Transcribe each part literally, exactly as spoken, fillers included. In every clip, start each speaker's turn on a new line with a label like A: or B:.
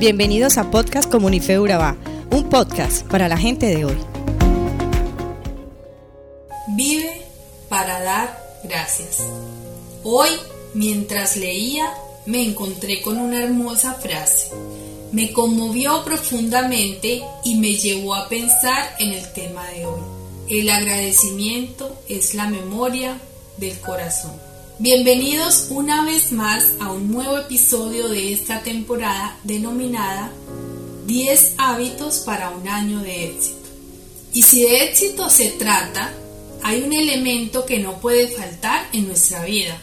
A: Bienvenidos a Podcast Comunife Urabá, un podcast para la gente de hoy.
B: Vive para dar gracias. Hoy, mientras leía, me encontré con una hermosa frase. Me conmovió profundamente y me llevó a pensar en el tema de hoy. El agradecimiento es la memoria del corazón. Bienvenidos una vez más a un nuevo episodio de esta temporada denominada diez hábitos para un año de éxito. Y si de éxito se trata, hay un elemento que no puede faltar en nuestra vida: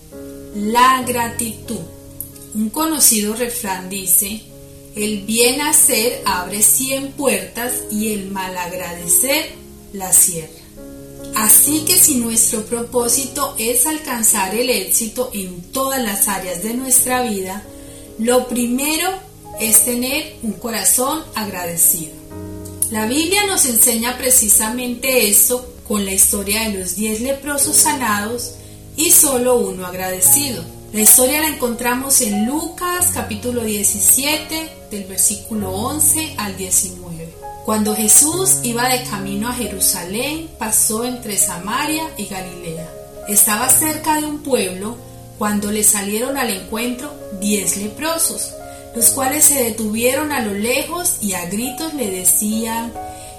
B: la gratitud. Un conocido refrán dice: el bien hacer abre cien puertas y el malagradecer las cierra. Así que si nuestro propósito es alcanzar el éxito en todas las áreas de nuestra vida, lo primero es tener un corazón agradecido. La Biblia nos enseña precisamente esto con la historia de los diez leprosos sanados y solo uno agradecido. La historia la encontramos en Lucas capítulo diecisiete, del versículo once al diecinueve. Cuando Jesús iba de camino a Jerusalén, pasó entre Samaria y Galilea. Estaba cerca de un pueblo cuando le salieron al encuentro diez leprosos, los cuales se detuvieron a lo lejos y a gritos le decían: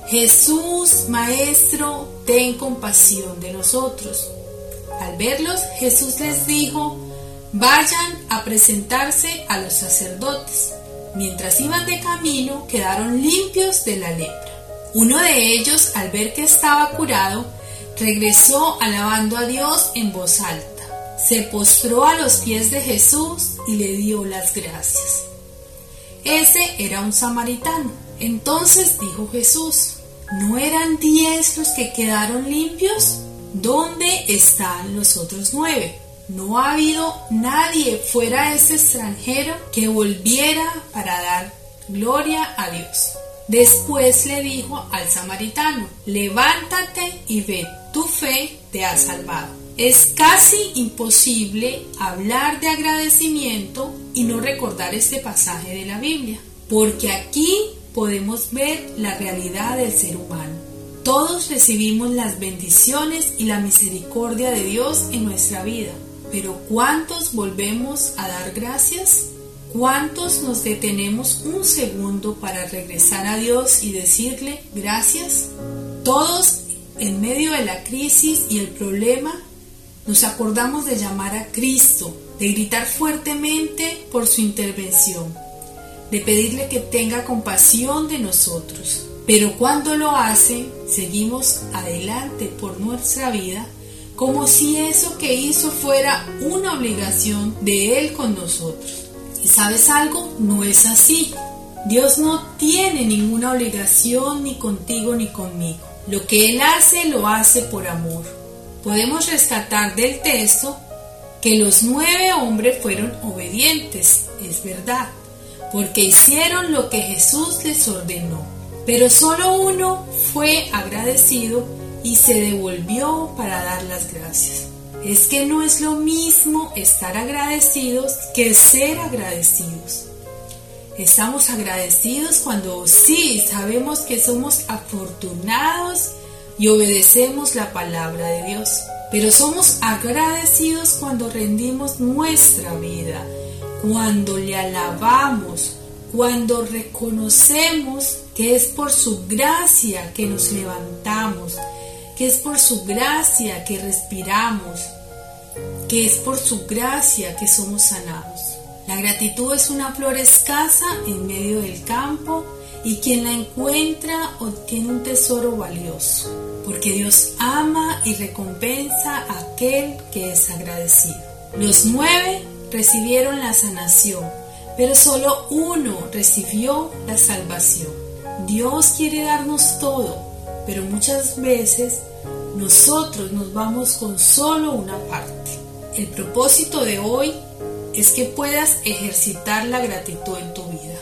B: Jesús, Maestro, ten compasión de nosotros. Al verlos, Jesús les dijo: vayan a presentarse a los sacerdotes. Mientras iban de camino, quedaron limpios de la lepra. Uno de ellos, al ver que estaba curado, regresó alabando a Dios en voz alta. Se postró a los pies de Jesús y le dio las gracias. Ese era un samaritano. Entonces dijo Jesús: ¿no eran diez los que quedaron limpios? ¿Dónde están los otros nueve? No ha habido nadie fuera de ese extranjero que volviera para dar gloria a Dios. Después le dijo al samaritano: levántate y ve, tu fe te ha salvado. Es casi imposible hablar de agradecimiento y no recordar este pasaje de la Biblia, porque aquí podemos ver la realidad del ser humano. Todos recibimos las bendiciones y la misericordia de Dios en nuestra vida. Pero ¿cuántos volvemos a dar gracias? ¿Cuántos nos detenemos un segundo para regresar a Dios y decirle gracias? Todos, en medio de la crisis y el problema, nos acordamos de llamar a Cristo, de gritar fuertemente por su intervención, de pedirle que tenga compasión de nosotros. Pero cuando lo hace, seguimos adelante por nuestra vida, como si eso que hizo fuera una obligación de Él con nosotros. ¿Y sabes algo? No es así. Dios no tiene ninguna obligación ni contigo ni conmigo. Lo que Él hace, lo hace por amor. Podemos rescatar del texto que los nueve hombres fueron obedientes, es verdad, porque hicieron lo que Jesús les ordenó. Pero solo uno fue agradecido y se devolvió para dar las gracias. Es que no es lo mismo estar agradecidos que ser agradecidos. Estamos agradecidos cuando sí sabemos que somos afortunados y obedecemos la palabra de Dios. Pero somos agradecidos cuando rendimos nuestra vida, cuando le alabamos, cuando reconocemos que es por su gracia que nos levantamos, que es por su gracia que respiramos, que es por su gracia que somos sanados. La gratitud es una flor escasa en medio del campo y quien la encuentra obtiene un tesoro valioso, porque Dios ama y recompensa a aquel que es agradecido. Los nueve recibieron la sanación, pero solo uno recibió la salvación. Dios quiere darnos todo, pero muchas veces nosotros nos vamos con solo una parte. El propósito de hoy es que puedas ejercitar la gratitud en tu vida.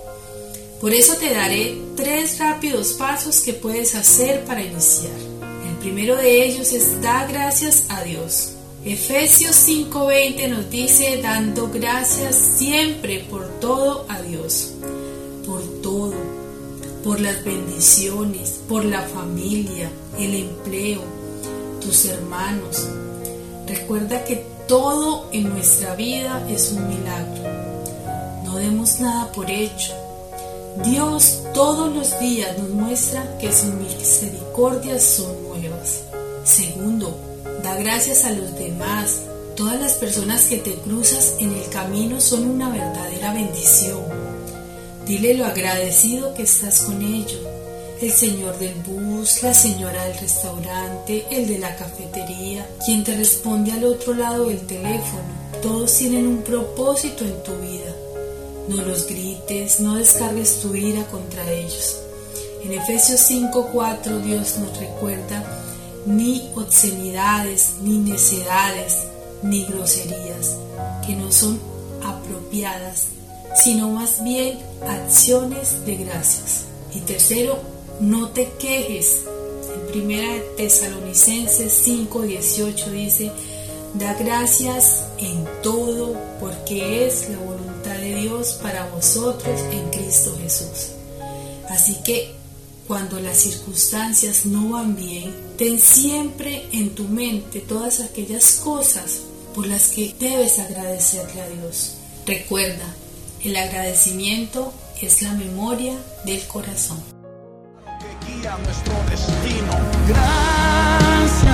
B: Por eso te daré tres rápidos pasos que puedes hacer para iniciar. El primero de ellos es dar gracias a Dios. Efesios cinco veinte nos dice: dando gracias siempre por todo a Dios, por todo, por las bendiciones, por la familia, el empleo, tus hermanos. Recuerda que todo en nuestra vida es un milagro. No demos nada por hecho. Dios todos los días nos muestra que sus misericordias son nuevas. Segundo, da gracias a los demás. Todas las personas que te cruzas en el camino son una verdadera bendición. Dile lo agradecido que estás con ellos. El señor del bus, la señora del restaurante, el de la cafetería, quien te responde al otro lado del teléfono. Todos tienen un propósito en tu vida. No los grites, no descargues tu ira contra ellos. En Efesios cinco cuatro Dios nos recuerda: ni obscenidades, ni necedades, ni groserías, que no son apropiadas, sino más bien acciones de gracias. Y tercero, no te quejes. En primera Tesalonicenses cinco dieciocho dice: da gracias en todo, porque es la voluntad de Dios para vosotros en Cristo Jesús. Así que cuando las circunstancias no van bien, ten siempre en tu mente todas aquellas cosas por las que debes agradecerle a Dios. Recuerda, el agradecimiento es la memoria del corazón.
C: Que guía nuestro destino. Gracias,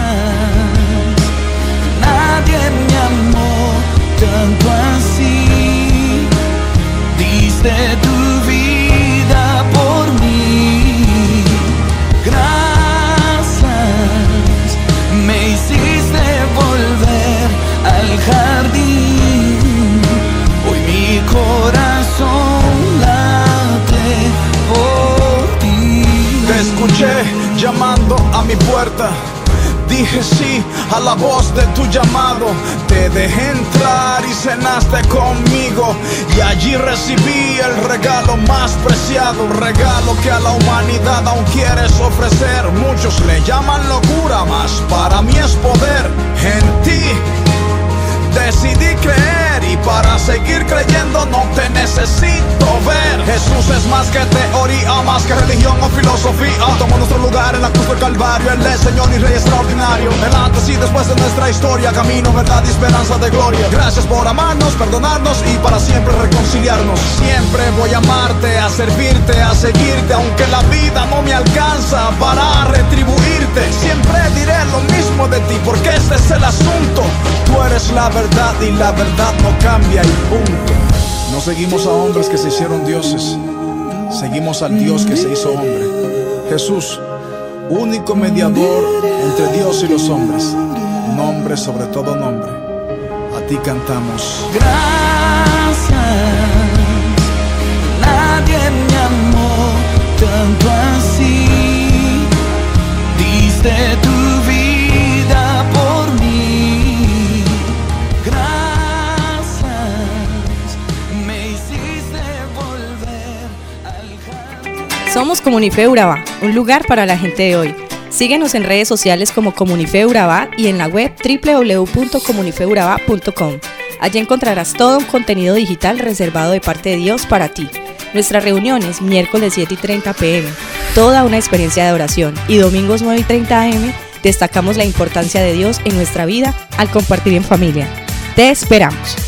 C: nadie me amó tanto así. Diste tu vida por mí. Gracias, me hiciste volver al jardín. Hoy mi corazón late por ti. Te escuché llamando a mi puerta. Dije sí a la voz de tu llamado. Te dejé entrar y cenaste conmigo. Y allí recibí el regalo más preciado. Regalo que a la humanidad aún quieres ofrecer. Muchos le llaman locura, mas para mí es poder. En ti decidí creer, y para seguir creyendo no te necesito ver. Jesús es más que teoría, más que religión o filosofía. Tomó nuestro lugar en la cruz del Calvario. Él es Señor y Rey extraordinario. El antes y después de nuestra historia, camino, verdad y esperanza de gloria. Gracias por amarnos, perdonarnos y para siempre reconciliarnos. Siempre voy a amarte, a servirte, a seguirte, aunque la vida no me alcanza para retribuirte. Siempre diré lo mismo de ti, porque este es el asunto. Tú eres la verdad y la verdad no cambia y punto. No seguimos a hombres que se hicieron dioses, seguimos al Dios que se hizo hombre. Jesús, único mediador entre Dios y los hombres, nombre sobre todo nombre. A ti cantamos. Gracias, nadie me amó tanto así. Diste tu vida por mí. Gracias, me hiciste volver al jardín.
A: Somos Comunife Urabá, un lugar para la gente de hoy. Síguenos en redes sociales como Comunife Urabá y en la web doble u doble u doble u punto comunife urabá punto com. Allí encontrarás todo un contenido digital reservado de parte de Dios para ti. Nuestras reuniones, miércoles siete y treinta pm, toda una experiencia de oración, y domingos nueve y treinta am, destacamos la importancia de Dios en nuestra vida al compartir en familia. Te esperamos.